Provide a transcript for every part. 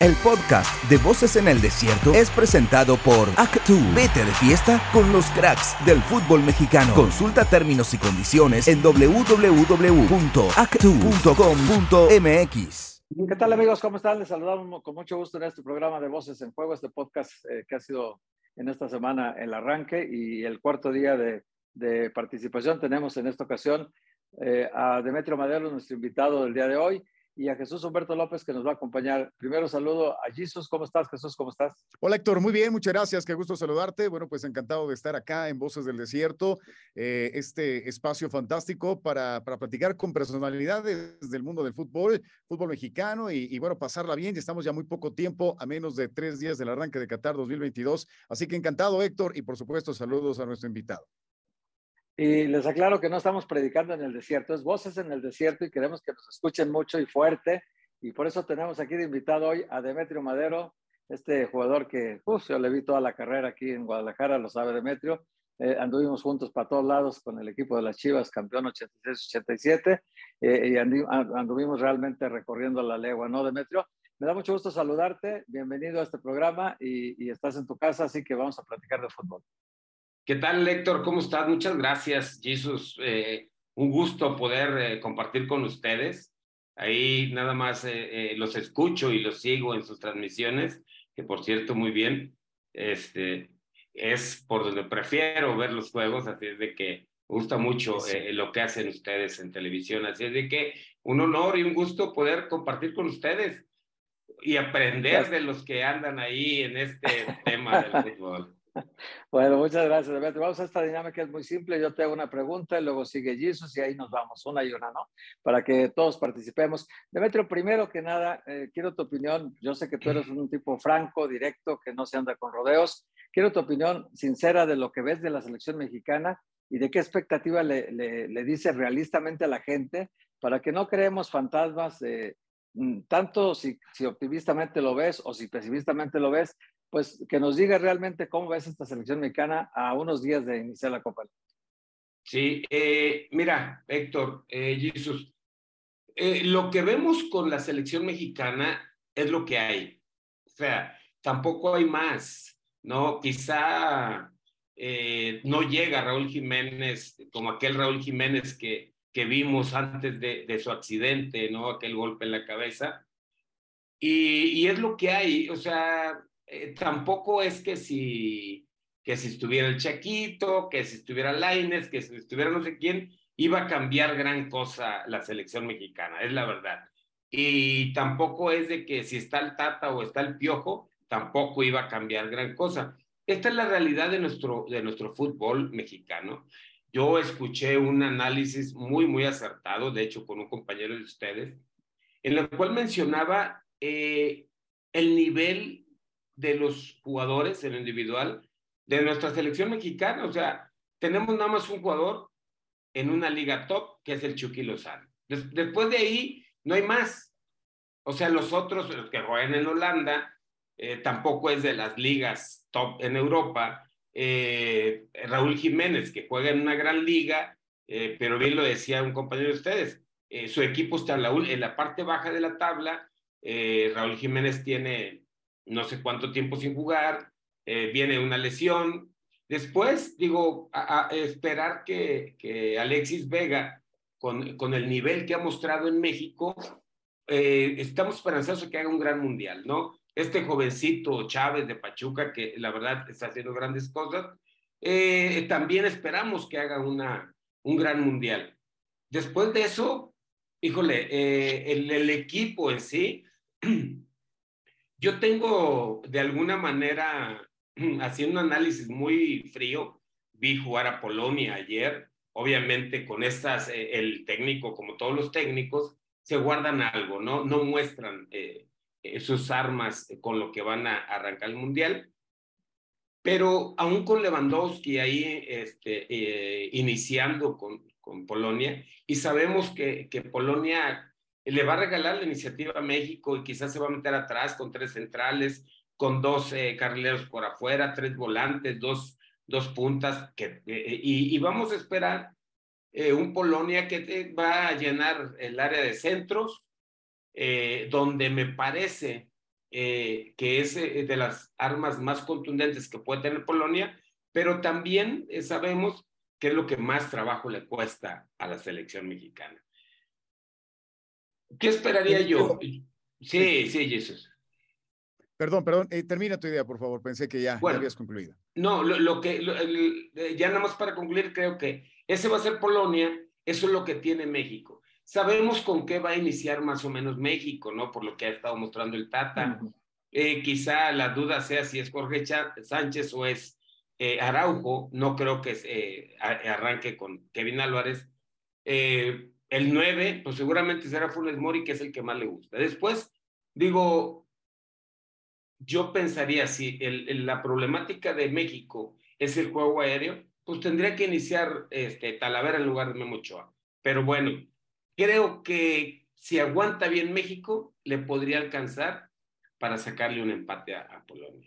El podcast de Voces en el Desierto es presentado por Actu. Vete de fiesta con los cracks del fútbol mexicano. Consulta términos y condiciones en www.actu.com.mx. ¿Qué tal, amigos? ¿Cómo están? Les saludamos con mucho gusto en este programa de Voces en Juego, este podcast que ha sido en esta semana el arranque y el cuarto día de participación. Tenemos en esta ocasión a Demetrio Madero, nuestro invitado del día de hoy, y a Jesús Humberto López, que nos va a acompañar. Primero saludo a Jesús. ¿Cómo estás, Jesús? ¿Cómo estás? Hola, Héctor. Muy bien, muchas gracias. Qué gusto saludarte. Bueno, pues encantado de estar acá en Voces del Desierto, este espacio fantástico para platicar con personalidades del mundo del fútbol mexicano y bueno, pasarla bien. Estamos ya muy poco tiempo, a menos de 3 días del arranque de Qatar 2022. Así que encantado, Héctor, y por supuesto, saludos a nuestro invitado. Y les aclaro que no estamos predicando en el desierto, es Voces en el Desierto y queremos que nos escuchen mucho y fuerte. Y por eso tenemos aquí de invitado hoy a Demetrio Madero, este jugador que yo le vi toda la carrera aquí en Guadalajara, lo sabe Demetrio. Anduvimos juntos para todos lados con el equipo de las Chivas, campeón 86-87, y anduvimos realmente recorriendo la legua, ¿no, Demetrio? Me da mucho gusto saludarte, bienvenido a este programa y estás en tu casa, así que vamos a platicar de fútbol. ¿Qué tal, Héctor? ¿Cómo estás? Muchas gracias, Jesús. Un gusto poder compartir con ustedes. Ahí nada más los escucho y los sigo en sus transmisiones, que por cierto, muy bien. Es por donde prefiero ver los juegos, así es de que me gusta mucho lo que hacen ustedes en televisión. Así es de que un honor y un gusto poder compartir con ustedes y aprender de los que andan ahí en este tema del fútbol. Bueno, muchas gracias, Demetrio. Vamos a esta dinámica, es muy simple. Yo te hago una pregunta y luego sigue Jesús y ahí nos vamos, una y una, ¿no? Para que todos participemos. Demetrio, primero que nada, quiero tu opinión. Yo sé que tú eres un tipo franco, directo, que no se anda con rodeos. Quiero tu opinión sincera de lo que ves de la selección mexicana y de qué expectativa le dices realistamente a la gente para que no creemos fantasmas, tanto si optimistamente lo ves o si pesimistamente lo ves, pues que nos diga realmente cómo ves esta selección mexicana a unos días de iniciar la Copa. Sí, mira, Héctor, Jesús, lo que vemos con la selección mexicana es lo que hay. O sea, tampoco hay más, ¿no? Quizá no llega Raúl Jiménez como aquel Raúl Jiménez que vimos antes de su accidente, ¿no? Aquel golpe en la cabeza. Y es lo que hay, o sea, tampoco es que si estuviera el Chaquito, que si estuviera Lainez, que si estuviera no sé quién, iba a cambiar gran cosa la selección mexicana, es la verdad. Y tampoco es de que si está el Tata o está el Piojo, tampoco iba a cambiar gran cosa. Esta es la realidad de nuestro fútbol mexicano. Yo escuché un análisis muy, muy acertado, de hecho, con un compañero de ustedes, en el cual mencionaba el nivel de los jugadores en lo individual de nuestra selección mexicana. O sea, tenemos nada más un jugador en una liga top, que es el Chucky Lozano. Después de ahí, no hay más. O sea, los otros, los que juegan en Holanda, tampoco es de las ligas top en Europa. Raúl Jiménez, que juega en una gran liga, pero bien lo decía un compañero de ustedes, su equipo está en la parte baja de la tabla. Raúl Jiménez tiene no sé cuánto tiempo sin jugar, viene una lesión. Después, digo, a esperar que Alexis Vega, con el nivel que ha mostrado en México, estamos esperanzados de que haga un gran mundial, ¿no? Este jovencito Chávez de Pachuca, que la verdad está haciendo grandes cosas, también esperamos que haga un gran mundial. Después de eso, híjole, el equipo en sí, yo tengo de alguna manera, haciendo un análisis muy frío, vi jugar a Polonia ayer, obviamente con el técnico, como todos los técnicos, se guardan algo, ¿no? No muestran sus armas con lo que van a arrancar el Mundial, pero aún con Lewandowski ahí iniciando con Polonia, y sabemos que Polonia le va a regalar la iniciativa a México y quizás se va a meter atrás con 3 centrales, con 2 carrileros por afuera, 3 volantes, dos puntas, y vamos a esperar un Polonia que va a llenar el área de centros, donde me parece que es de las armas más contundentes que puede tener Polonia, pero también sabemos que es lo que más trabajo le cuesta a la selección mexicana. ¿Qué esperaría yo? Sí, Jesús. Perdón, termina tu idea, por favor. Pensé que ya habías concluido. No, ya nada más para concluir, creo que ese va a ser Polonia, eso es lo que tiene México. Sabemos con qué va a iniciar más o menos México, ¿no? Por lo que ha estado mostrando el Tata. Quizá la duda sea si es Jorge Sánchez o es Araujo. No creo que arranque con Kevin Álvarez. El 9, pues seguramente será Funes Mori, que es el que más le gusta. Después, digo, yo pensaría, si la problemática de México es el juego aéreo, pues tendría que iniciar Talavera en lugar de Memo Ochoa. Pero bueno, creo que si aguanta bien México, le podría alcanzar para sacarle un empate a Polonia.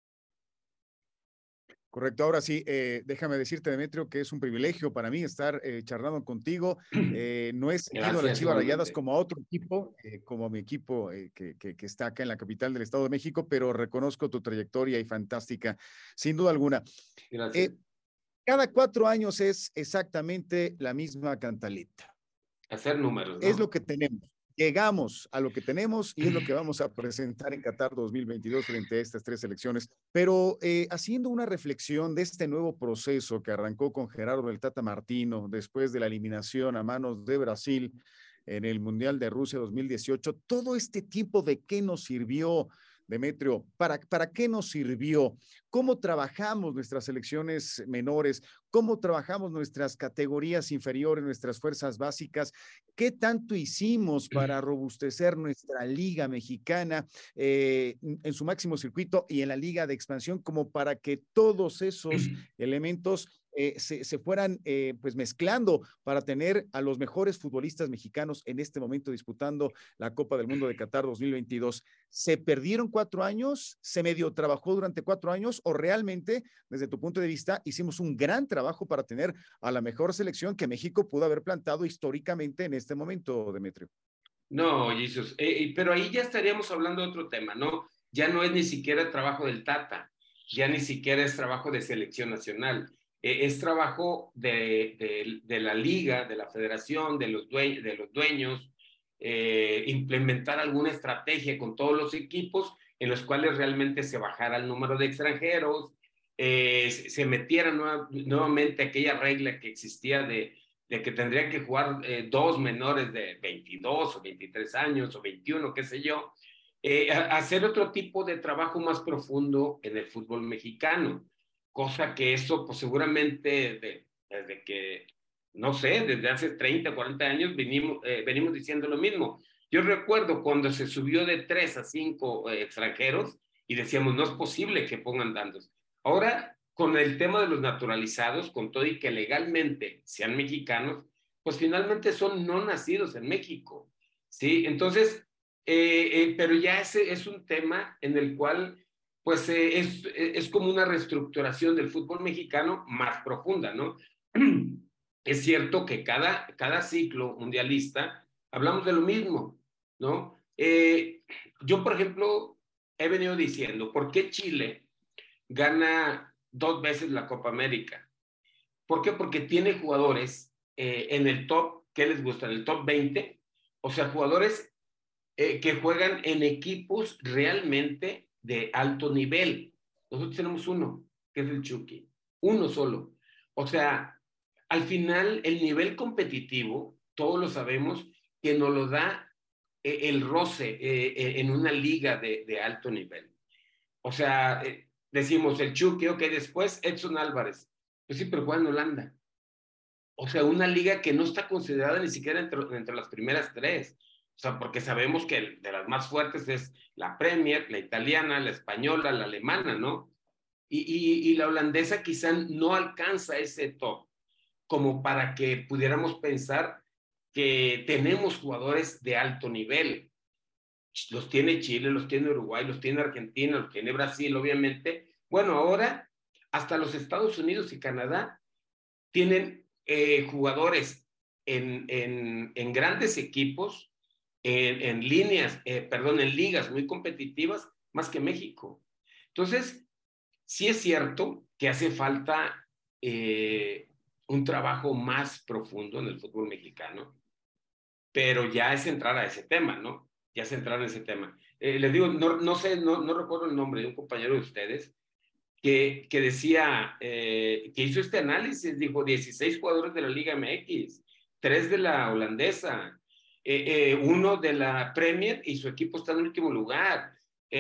Correcto. Ahora sí, déjame decirte, Demetrio, que es un privilegio para mí estar charlando contigo. No he seguido a las Chivas Rayadas como a otro equipo, como mi equipo que está acá en la capital del Estado de México, pero reconozco tu trayectoria y fantástica, sin duda alguna. Gracias. Cada 4 años es exactamente la misma cantaleta. Hacer números, ¿no? Es lo que tenemos. Llegamos a lo que tenemos y es lo que vamos a presentar en Qatar 2022 frente a estas 3 selecciones. Pero haciendo una reflexión de este nuevo proceso que arrancó con Gerardo el Tata Martino después de la eliminación a manos de Brasil en el Mundial de Rusia 2018, todo este tiempo, ¿de qué nos sirvió, Demetrio? ¿Para qué nos sirvió? ¿Cómo trabajamos nuestras selecciones menores? ¿Cómo trabajamos nuestras categorías inferiores, nuestras fuerzas básicas? ¿Qué tanto hicimos para robustecer nuestra liga mexicana en su máximo circuito y en la liga de expansión, como para que todos esos elementos se fueran pues mezclando para tener a los mejores futbolistas mexicanos en este momento disputando la Copa del Mundo de Qatar 2022? ¿Se perdieron 4 años? ¿Se medio trabajó durante 4 años? ¿O realmente, desde tu punto de vista, hicimos un gran trabajo para tener a la mejor selección que México pudo haber plantado históricamente en este momento, Demetrio? No, Jesús, pero ahí ya estaríamos hablando de otro tema, ¿no? Ya no es ni siquiera trabajo del Tata, ya ni siquiera es trabajo de selección nacional. Es trabajo de la liga, de la federación, de los dueños, implementar alguna estrategia con todos los equipos en los cuales realmente se bajara el número de extranjeros, se metiera nuevamente aquella regla que existía de que tendrían que jugar 2 menores de 22 o 23 años o 21, qué sé yo, hacer otro tipo de trabajo más profundo en el fútbol mexicano. Cosa que eso, pues seguramente desde que, no sé, desde hace 30, 40 años venimos diciendo lo mismo. Yo recuerdo cuando se subió de 3 a 5 extranjeros y decíamos, no es posible que pongan tantos. Ahora, con el tema de los naturalizados, con todo y que legalmente sean mexicanos, pues finalmente son no nacidos en México, ¿sí? Entonces, pero ya ese es un tema en el cual pues es como una reestructuración del fútbol mexicano más profunda, ¿no? Es cierto que cada ciclo mundialista hablamos de lo mismo, ¿no? Yo, por ejemplo, he venido diciendo, ¿por qué Chile gana 2 veces la Copa América? ¿Por qué? Porque tiene jugadores en el top, ¿qué les gusta? En el top 20, o sea, jugadores que juegan en equipos realmente de alto nivel. Nosotros tenemos uno, que es el Chucky, uno solo. O sea, al final el nivel competitivo, todos lo sabemos, que nos lo da el roce en una liga de alto nivel. O sea, decimos el Chucky, ok, después Edson Álvarez. Pues sí, pero juega en Holanda. O sea, una liga que no está considerada ni siquiera entre las primeras 3. O sea, porque sabemos que de las más fuertes es la Premier, la italiana, la española, la alemana, ¿no? Y la holandesa quizá no alcanza ese top como para que pudiéramos pensar que tenemos jugadores de alto nivel. Los tiene Chile, los tiene Uruguay, los tiene Argentina, los tiene Brasil, obviamente. Bueno, ahora hasta los Estados Unidos y Canadá tienen jugadores en grandes equipos, en ligas muy competitivas, más que México. Entonces, sí es cierto que hace falta un trabajo más profundo en el fútbol mexicano, pero ya es entrar a ese tema, ¿no? Ya es entrar en ese tema. Les digo, no sé, no recuerdo el nombre de un compañero de ustedes que decía, que hizo este análisis, dijo 16 jugadores de la Liga MX, 3 de la holandesa, 1 de la Premier y su equipo está en último lugar.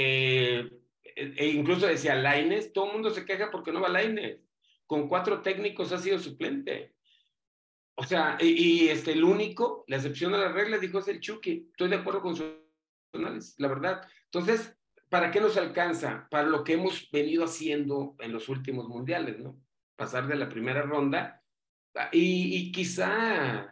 Incluso decía Lainez, todo el mundo se queja porque no va Lainez. Con 4 técnicos ha sido suplente. O sea, el único, la excepción a la regla, dijo es el Chucky. Estoy de acuerdo con su análisis, la verdad. Entonces, ¿para qué nos alcanza? Para lo que hemos venido haciendo en los últimos mundiales, ¿no? Pasar de la primera ronda y quizá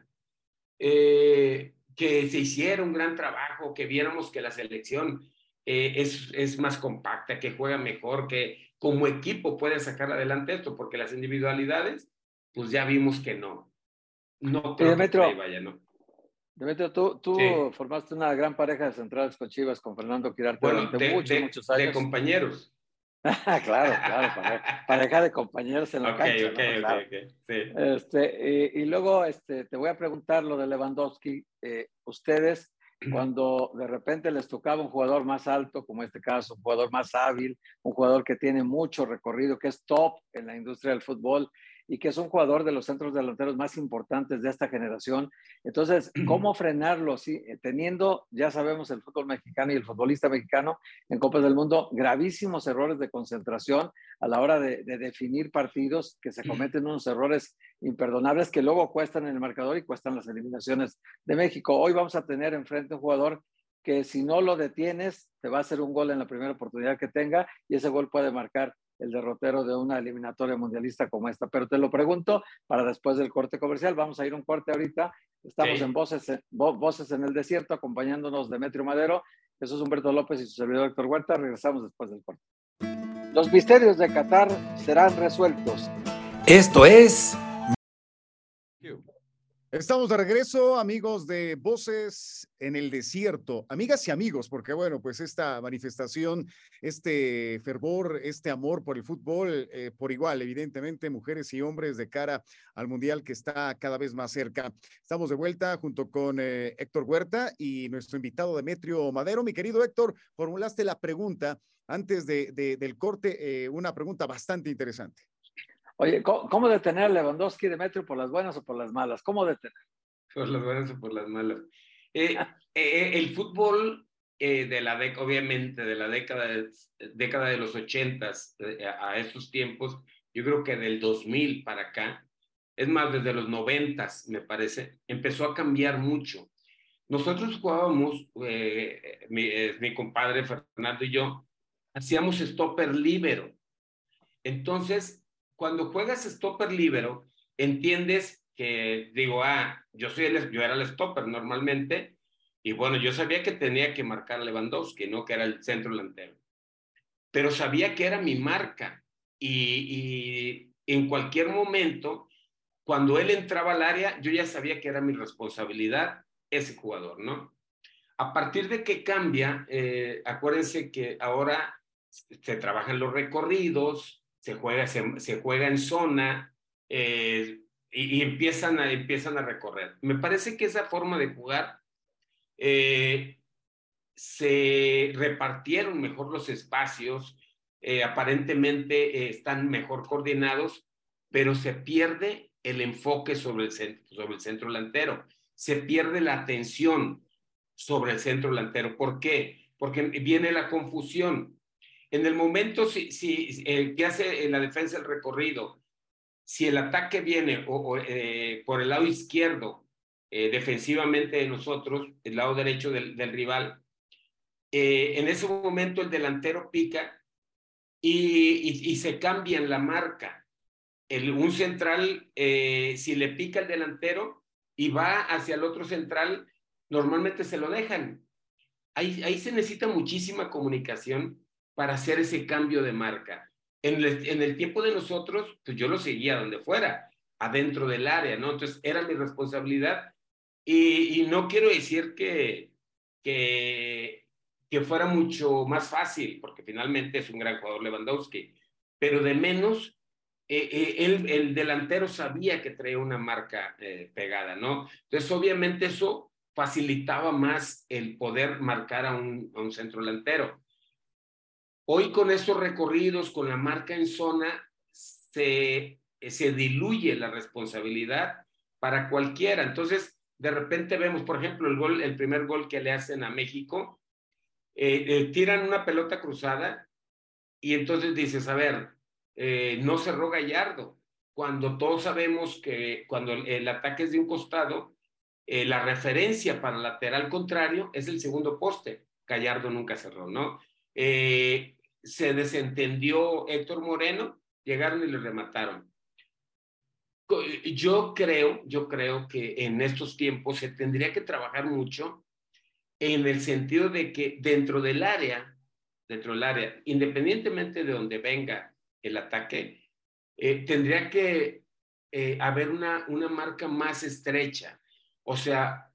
que se hiciera un gran trabajo, que viéramos que la selección es más compacta, que juega mejor, que como equipo puede sacar adelante esto, porque las individualidades, pues ya vimos que no. No creo que por ahí vaya, ¿no? Demetrio, tú Sí. formaste una gran pareja de centrales con Chivas, con Fernando Quirarte, Bueno, durante muchos años. De compañeros. Claro, pareja de compañeros en la cancha, ¿no? Claro. Sí. Y luego te voy a preguntar lo de Lewandowski. Ustedes, cuando de repente les tocaba un jugador más alto, como este caso, un jugador más hábil, un jugador que tiene mucho recorrido, que es top en la industria del fútbol y que es un jugador de los centros delanteros más importantes de esta generación. Entonces, ¿cómo frenarlo? ¿Sí? Teniendo, ya sabemos, el fútbol mexicano y el futbolista mexicano en Copas del Mundo, gravísimos errores de concentración a la hora de definir partidos, que se cometen unos errores imperdonables que luego cuestan en el marcador y cuestan las eliminaciones de México. Hoy vamos a tener enfrente un jugador que si no lo detienes, te va a hacer un gol en la primera oportunidad que tenga y ese gol puede marcar el derrotero de una eliminatoria mundialista como esta. Pero te lo pregunto para después del corte comercial. Vamos a ir a un corte ahorita. Estamos en Voces en el Desierto, acompañándonos Demetrio Madero, Jesús Humberto López y su servidor Héctor Huerta. Regresamos después del corte. Los misterios de Qatar serán resueltos. Esto es... Estamos de regreso, amigos de Voces en el Desierto, amigas y amigos, porque bueno, pues esta manifestación, este fervor, este amor por el fútbol, por igual, evidentemente, mujeres y hombres de cara al Mundial que está cada vez más cerca. Estamos de vuelta junto con Héctor Huerta y nuestro invitado Demetrio Madero. Mi querido Héctor, formulaste la pregunta antes del corte, una pregunta bastante interesante. Oye, ¿cómo detener a Lewandowski, Demetrio, por las buenas o por las malas? ¿Cómo detener? Por las buenas o por las malas. El fútbol obviamente, de la década de los 80s a esos tiempos, yo creo que del 2000 para acá, es más, desde los 90s, me parece, empezó a cambiar mucho. Nosotros jugábamos, mi compadre Fernando y yo, hacíamos stopper líbero. Entonces, cuando juegas stopper líbero, entiendes que, digo, yo era el stopper normalmente, y bueno, yo sabía que tenía que marcar a Lewandowski, ¿no? Que era el centro delantero. Pero sabía que era mi marca, y en cualquier momento, cuando él entraba al área, yo ya sabía que era mi responsabilidad ese jugador, ¿no? A partir de que cambia, acuérdense que ahora se trabajan los recorridos, se juega en zona y empiezan a recorrer. Me parece que esa forma de jugar se repartieron mejor los espacios, aparentemente están mejor coordinados, pero se pierde el enfoque sobre el centro delantero, se pierde la atención sobre el centro delantero. ¿Por qué? Porque viene la confusión. En el momento que hace la defensa el recorrido, si el ataque viene por el lado izquierdo, defensivamente de nosotros, el lado derecho del rival, en ese momento el delantero pica y se cambia en la marca. Un central, si le pica el delantero y va hacia el otro central, normalmente se lo dejan. Ahí se necesita muchísima comunicación para hacer ese cambio de marca. En el tiempo de nosotros, pues yo lo seguía donde fuera, adentro del área, ¿no? Entonces era mi responsabilidad y no quiero decir que que fuera mucho más fácil, porque finalmente es un gran jugador Lewandowski, pero de menos, el delantero sabía que traía una marca pegada, ¿no? Entonces, obviamente eso facilitaba más el poder marcar a un centro delantero. Hoy con esos recorridos, con la marca en zona, se diluye la responsabilidad para cualquiera. Entonces, de repente vemos, por ejemplo, el primer gol que le hacen a México, tiran una pelota cruzada y entonces dices, a ver, no cerró Gallardo, cuando todos sabemos que cuando el ataque es de un costado, la referencia para el lateral contrario es el segundo poste. Gallardo nunca cerró, ¿no? Se desentendió Héctor Moreno, llegaron y le remataron. Yo creo que en estos tiempos se tendría que trabajar mucho en el sentido de que dentro del área, independientemente de donde venga el ataque, tendría que haber una marca más estrecha. O sea,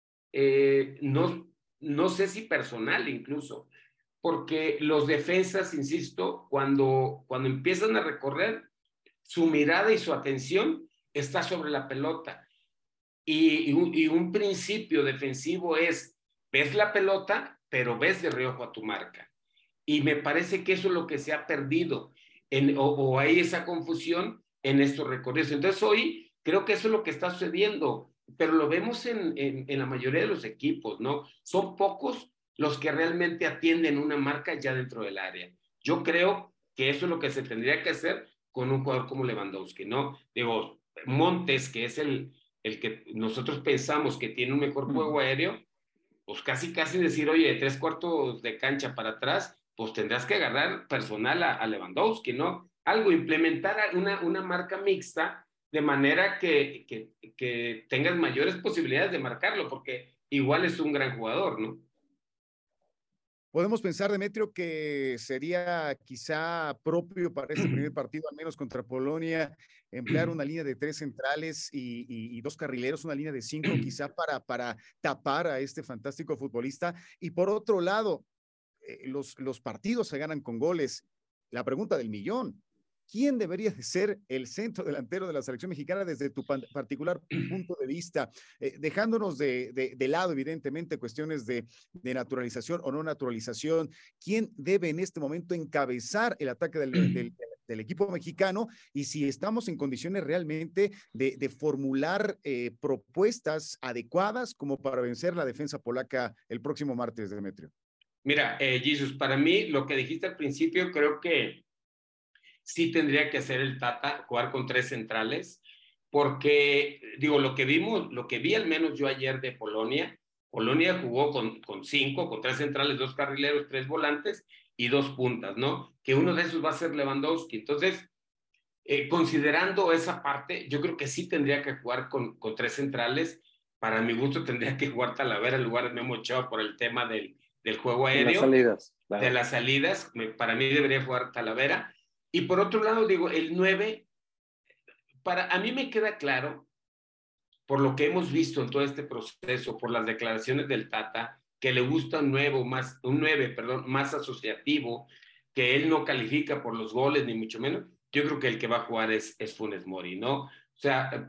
no sé si personal incluso, porque los defensas, insisto, cuando empiezan a recorrer, su mirada y su atención está sobre la pelota. Y un principio defensivo es, ves la pelota, pero ves de reojo a tu marca. Y me parece que eso es lo que se ha perdido, o hay esa confusión en estos recorridos. Entonces hoy creo que eso es lo que está sucediendo, pero lo vemos en la mayoría de los equipos, ¿no? Son pocos los que realmente atienden una marca ya dentro del área. Yo creo que eso es lo que se tendría que hacer con un jugador como Lewandowski, ¿no? Digo, Montes, que es el que nosotros pensamos que tiene un mejor juego aéreo, pues casi decir, oye, de 3/4 de cancha para atrás, pues tendrás que agarrar personal a Lewandowski, ¿no? Algo, implementar una marca mixta de manera que tengas mayores posibilidades de marcarlo, porque igual es un gran jugador, ¿no? Podemos pensar, Demetrio, que sería quizá propio para este primer partido, al menos contra Polonia, emplear una línea de 3 centrales y 2 carrileros, una línea de 5 quizá para tapar a este fantástico futbolista. Y por otro lado, los partidos se ganan con goles. La pregunta del millón: ¿quién debería de ser el centro delantero de la selección mexicana desde tu particular punto de vista? Dejándonos de lado, evidentemente, cuestiones de naturalización o no naturalización. ¿Quién debe en este momento encabezar el ataque del equipo mexicano? Y si estamos en condiciones realmente de formular propuestas adecuadas como para vencer la defensa polaca el próximo martes, Demetrio. Mira, Jesus, para mí, lo que dijiste al principio, creo que sí tendría que hacer el Tata, jugar con 3 centrales, porque, digo, lo que vi al menos yo ayer de Polonia jugó con 5, con 3 centrales, 2 carrileros, 3 volantes y 2 puntas, ¿no? Que uno de esos va a ser Lewandowski. Entonces, considerando esa parte, yo creo que sí tendría que jugar con 3 centrales. Para mi gusto tendría que jugar Talavera en lugar de Memo Ochoa por el tema del juego aéreo. Las salidas. Claro. De las salidas, para mí debería jugar Talavera. Y por otro lado, digo, el 9, a mí me queda claro, por lo que hemos visto en todo este proceso, por las declaraciones del Tata, que le gusta un 9 más asociativo, que él no califica por los goles, ni mucho menos. Yo creo que el que va a jugar es Funes Mori, ¿no? O sea,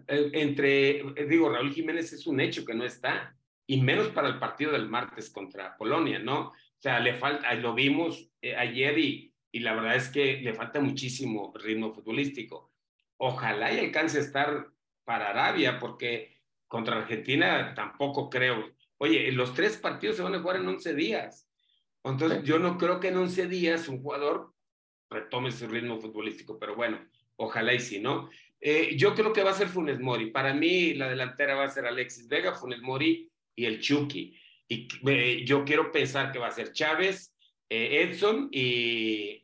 Raúl Jiménez es un hecho que no está, y menos para el partido del martes contra Polonia, ¿no? O sea, le falta, lo vimos ayer y la verdad es que le falta muchísimo ritmo futbolístico. Ojalá y alcance a estar para Arabia, porque contra Argentina tampoco creo. Oye, los 3 partidos se van a jugar en 11 días. Entonces, yo no creo que en 11 días un jugador retome su ritmo futbolístico, pero bueno, ojalá y sí, ¿no? Yo creo que va a ser Funes Mori. Para mí, la delantera va a ser Alexis Vega, Funes Mori y el Chucky. Y yo quiero pensar que va a ser Chávez, Edson y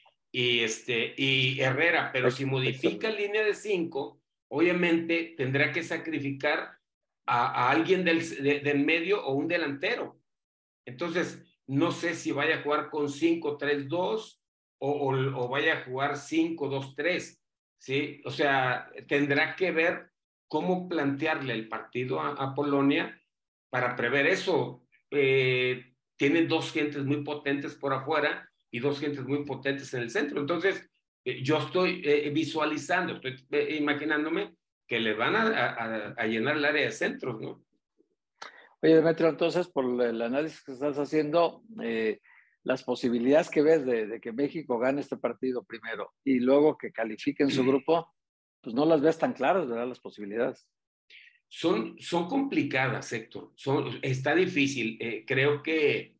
Herrera, pero si modifica línea de 5, obviamente tendrá que sacrificar a alguien del medio o un delantero. Entonces, no sé si vaya a jugar con 5-3-2 o vaya a jugar 5-2-3, ¿sí? O sea, tendrá que ver cómo plantearle el partido a Polonia para prever eso. tiene dos gentes muy potentes por afuera y dos gentes muy potentes en el centro. Entonces, yo estoy visualizando, estoy imaginándome que le van a llenar el área de centros, ¿no? Oye, Demetrio, entonces, por el análisis que estás haciendo, las posibilidades que ves de que México gane este partido primero y luego que califique en su grupo, pues no las ves tan claras, ¿verdad? Las posibilidades. Son complicadas, Héctor. Está difícil. Creo que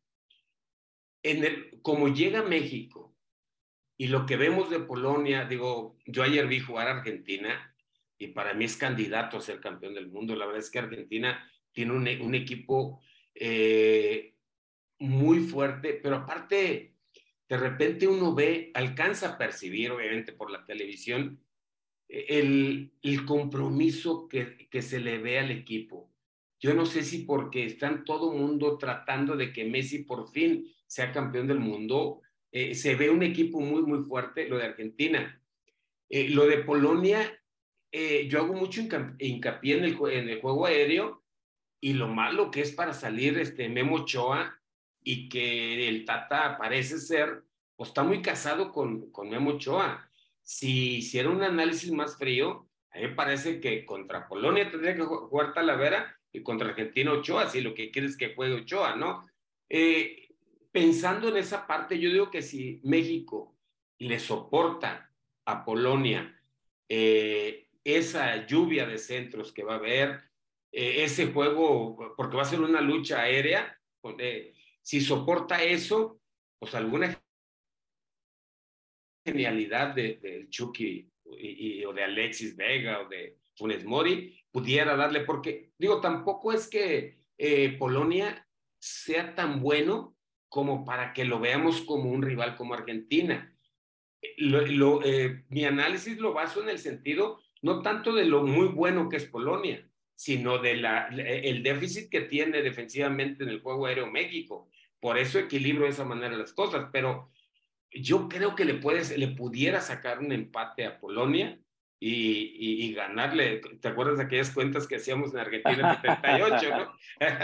como llega México y lo que vemos de Polonia, digo, yo ayer vi jugar a Argentina y para mí es candidato a ser campeón del mundo. La verdad es que Argentina tiene un equipo muy fuerte, pero aparte, de repente uno alcanza a percibir, obviamente por la televisión, el compromiso que se le ve al equipo. Yo no sé si porque están todo mundo tratando de que Messi por fin sea campeón del mundo, se ve un equipo muy, muy fuerte, lo de Argentina. Lo de Polonia, yo hago mucho hincapié en el juego aéreo y lo malo que es para salir Memo Ochoa y que el Tata parece ser, pues está muy casado con Memo Ochoa. Si hiciera un análisis más frío, a mí me parece que contra Polonia tendría que jugar Talavera y contra Argentina Ochoa, si lo que quiere es que juegue Ochoa, ¿no? Pensando en esa parte, yo digo que si México le soporta a Polonia esa lluvia de centros que va a haber, ese juego, porque va a ser una lucha aérea, si soporta eso, pues alguna genialidad de Chucky o de Alexis Vega o de Funes Mori pudiera darle, porque digo, tampoco es que Polonia sea tan bueno como para que lo veamos como un rival como Argentina. Mi análisis lo baso en el sentido no tanto de lo muy bueno que es Polonia, sino de el déficit que tiene defensivamente en el juego aéreo México. Por eso equilibro de esa manera las cosas, pero yo creo que le pudiera sacar un empate a Polonia y ganarle. ¿Te acuerdas de aquellas cuentas que hacíamos en Argentina en 78, no?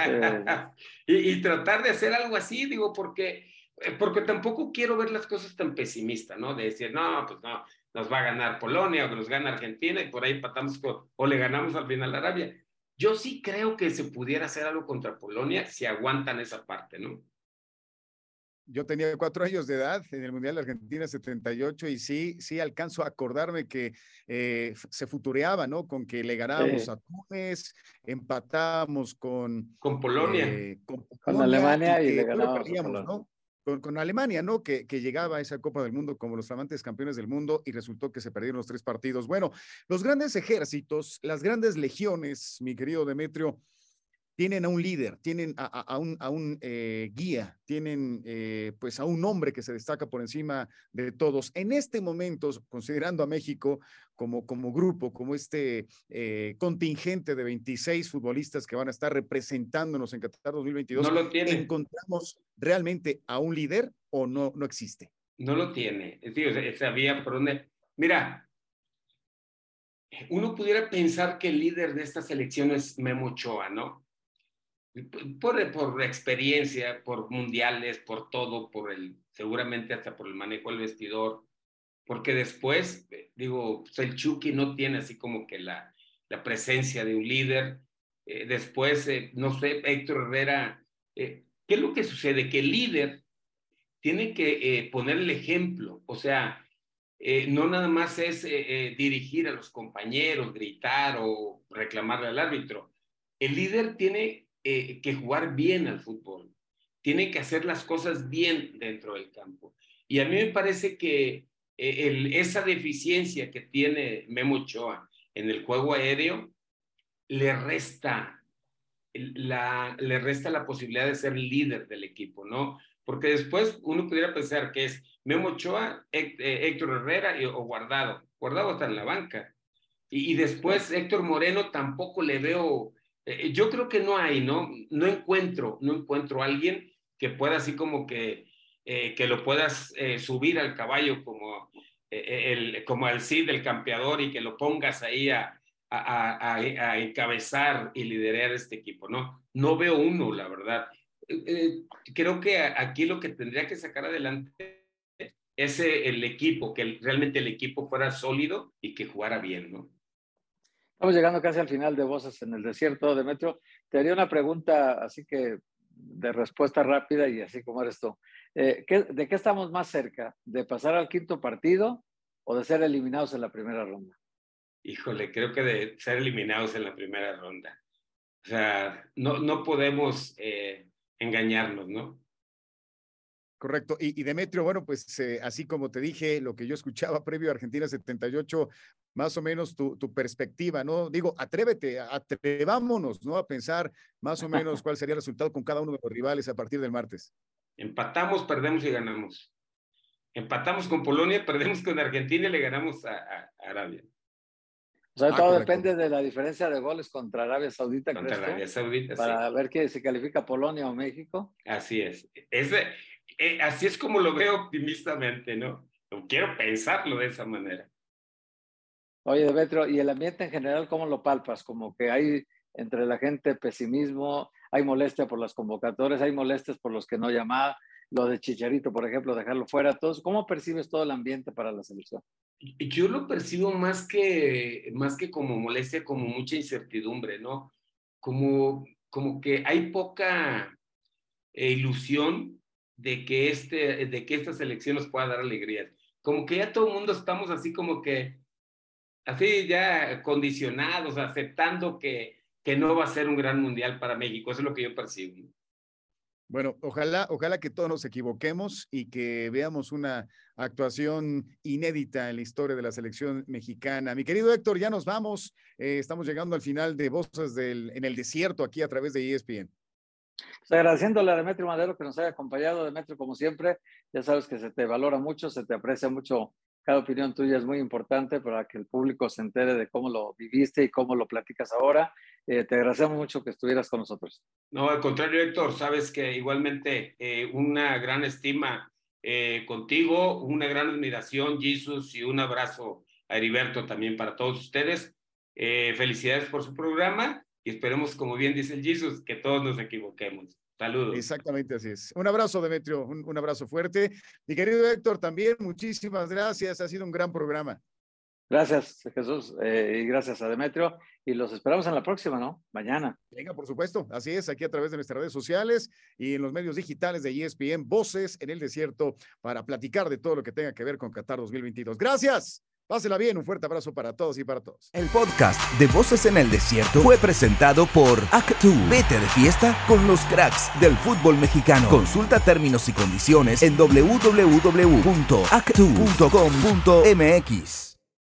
y tratar de hacer algo así, digo, porque tampoco quiero ver las cosas tan pesimistas, ¿no? De decir, no, pues no, nos va a ganar Polonia o que nos gana Argentina y por ahí empatamos o le ganamos al final a Arabia. Yo sí creo que se pudiera hacer algo contra Polonia si aguantan esa parte, ¿no? Yo tenía 4 años de edad en el Mundial de Argentina 78 y sí alcanzo a acordarme que se futureaba, ¿no? Con que le ganábamos a Túnez, empatábamos con Polonia. Con Alemania y le ganábamos perdíamos, ¿no? Con Alemania, ¿no? Que llegaba a esa Copa del Mundo como los flamantes campeones del mundo y resultó que se perdieron los 3 partidos. Bueno, los grandes ejércitos, las grandes legiones, mi querido Demetrio, tienen a un líder, tienen a un guía, tienen pues a un hombre que se destaca por encima de todos. En este momento, considerando a México como grupo, como contingente de 26 futbolistas que van a estar representándonos en Qatar 2022, no lo tiene. ¿Encontramos realmente a un líder o no existe? No lo tiene. Es decir, sabía por dónde. Mira, uno pudiera pensar que el líder de esta selección es Memo Ochoa, ¿no? Por experiencia, por mundiales, por todo, seguramente hasta por el manejo del vestidor, porque después, digo, pues el Chucky no tiene así como que la presencia de un líder. Después, no sé, Héctor Herrera, ¿qué es lo que sucede? Que el líder tiene que poner el ejemplo, o sea, no nada más es dirigir a los compañeros, gritar o reclamarle al árbitro. El líder tiene que jugar bien al fútbol, tiene que hacer las cosas bien dentro del campo. Y a mí me parece que esa deficiencia que tiene Memo Ochoa en el juego aéreo le resta la posibilidad de ser líder del equipo, ¿no? Porque después uno pudiera pensar que es Memo Ochoa, Héctor Herrera o Guardado. Guardado está en la banca. Y después Héctor Moreno tampoco le veo. Yo creo que no hay, ¿no? No encuentro a alguien que pueda así como que lo puedas subir al caballo como al Cid del campeador y que lo pongas ahí a encabezar y liderar este equipo, ¿no? No veo uno, la verdad. creo que aquí lo que tendría que sacar adelante es el equipo, que realmente el equipo fuera sólido y que jugara bien, ¿no? Estamos llegando casi al final de Voces en el Desierto, Demetrio. Te haría una pregunta así que de respuesta rápida y así como eres tú. ¿De qué estamos más cerca? ¿De pasar al quinto partido o de ser eliminados en la primera ronda? Híjole, creo que de ser eliminados en la primera ronda. O sea, no podemos engañarnos, ¿no? Correcto. Y Demetrio, bueno, pues así como te dije, lo que yo escuchaba previo a Argentina 78, más o menos tu perspectiva, ¿no? Digo, atrevámonos, ¿no? A pensar más o menos cuál sería el resultado con cada uno de los rivales a partir del martes. Empatamos, perdemos y ganamos. Empatamos con Polonia, perdemos con Argentina y le ganamos a Arabia. O sea, todo correcto. depende de la diferencia de goles contra Arabia Saudita, Contra ¿crees tú? Arabia Saudita, Para sí. ver qué se califica Polonia o México. Así es. Así es como lo veo optimistamente, ¿no? Quiero pensarlo de esa manera. Oye, Demetrio, ¿y el ambiente en general cómo lo palpas? Como que hay entre la gente pesimismo, hay molestia por las convocatorias, hay molestias por los que no llamaban, lo de Chicharito, por ejemplo, dejarlo fuera. Todos, ¿cómo percibes todo el ambiente para la selección? Yo lo percibo más que como molestia, como mucha incertidumbre, ¿no? Como que hay poca ilusión de que esta selección nos pueda dar alegrías. Como que ya todo el mundo estamos así como que, así ya condicionados, aceptando que no va a ser un gran mundial para México. Eso es lo que yo percibo, ¿no? Bueno, ojalá que todos nos equivoquemos y que veamos una actuación inédita en la historia de la selección mexicana. Mi querido Héctor, ya nos vamos. Estamos llegando al final de Voces en el Desierto aquí a través de ESPN. Pues agradeciéndole a Demetrio Madero que nos haya acompañado. Demetrio, como siempre, ya sabes que se te valora mucho, se te aprecia mucho. Cada opinión tuya es muy importante para que el público se entere de cómo lo viviste y cómo lo platicas ahora. Te agradecemos mucho que estuvieras con nosotros. No, al contrario, Héctor, sabes que igualmente una gran estima contigo, una gran admiración, Jesús, y un abrazo a Heriberto también para todos ustedes. Felicidades por su programa y esperemos, como bien dice el Jesús, que todos nos equivoquemos. Saludos. Exactamente así es. Un abrazo, Demetrio, un abrazo fuerte. Mi querido Héctor, también muchísimas gracias. Ha sido un gran programa. Gracias, Jesús, y gracias a Demetrio. Y los esperamos en la próxima, ¿no? Mañana. Venga, por supuesto. Así es, aquí a través de nuestras redes sociales y en los medios digitales de ESPN, Voces en el Desierto, para platicar de todo lo que tenga que ver con Qatar 2022. Gracias. Pásela bien, un fuerte abrazo para todos y para todos. El podcast de Voces en el Desierto fue presentado por Actu. Vete de fiesta con los cracks del fútbol mexicano. Consulta términos y condiciones en www.actu.com.mx.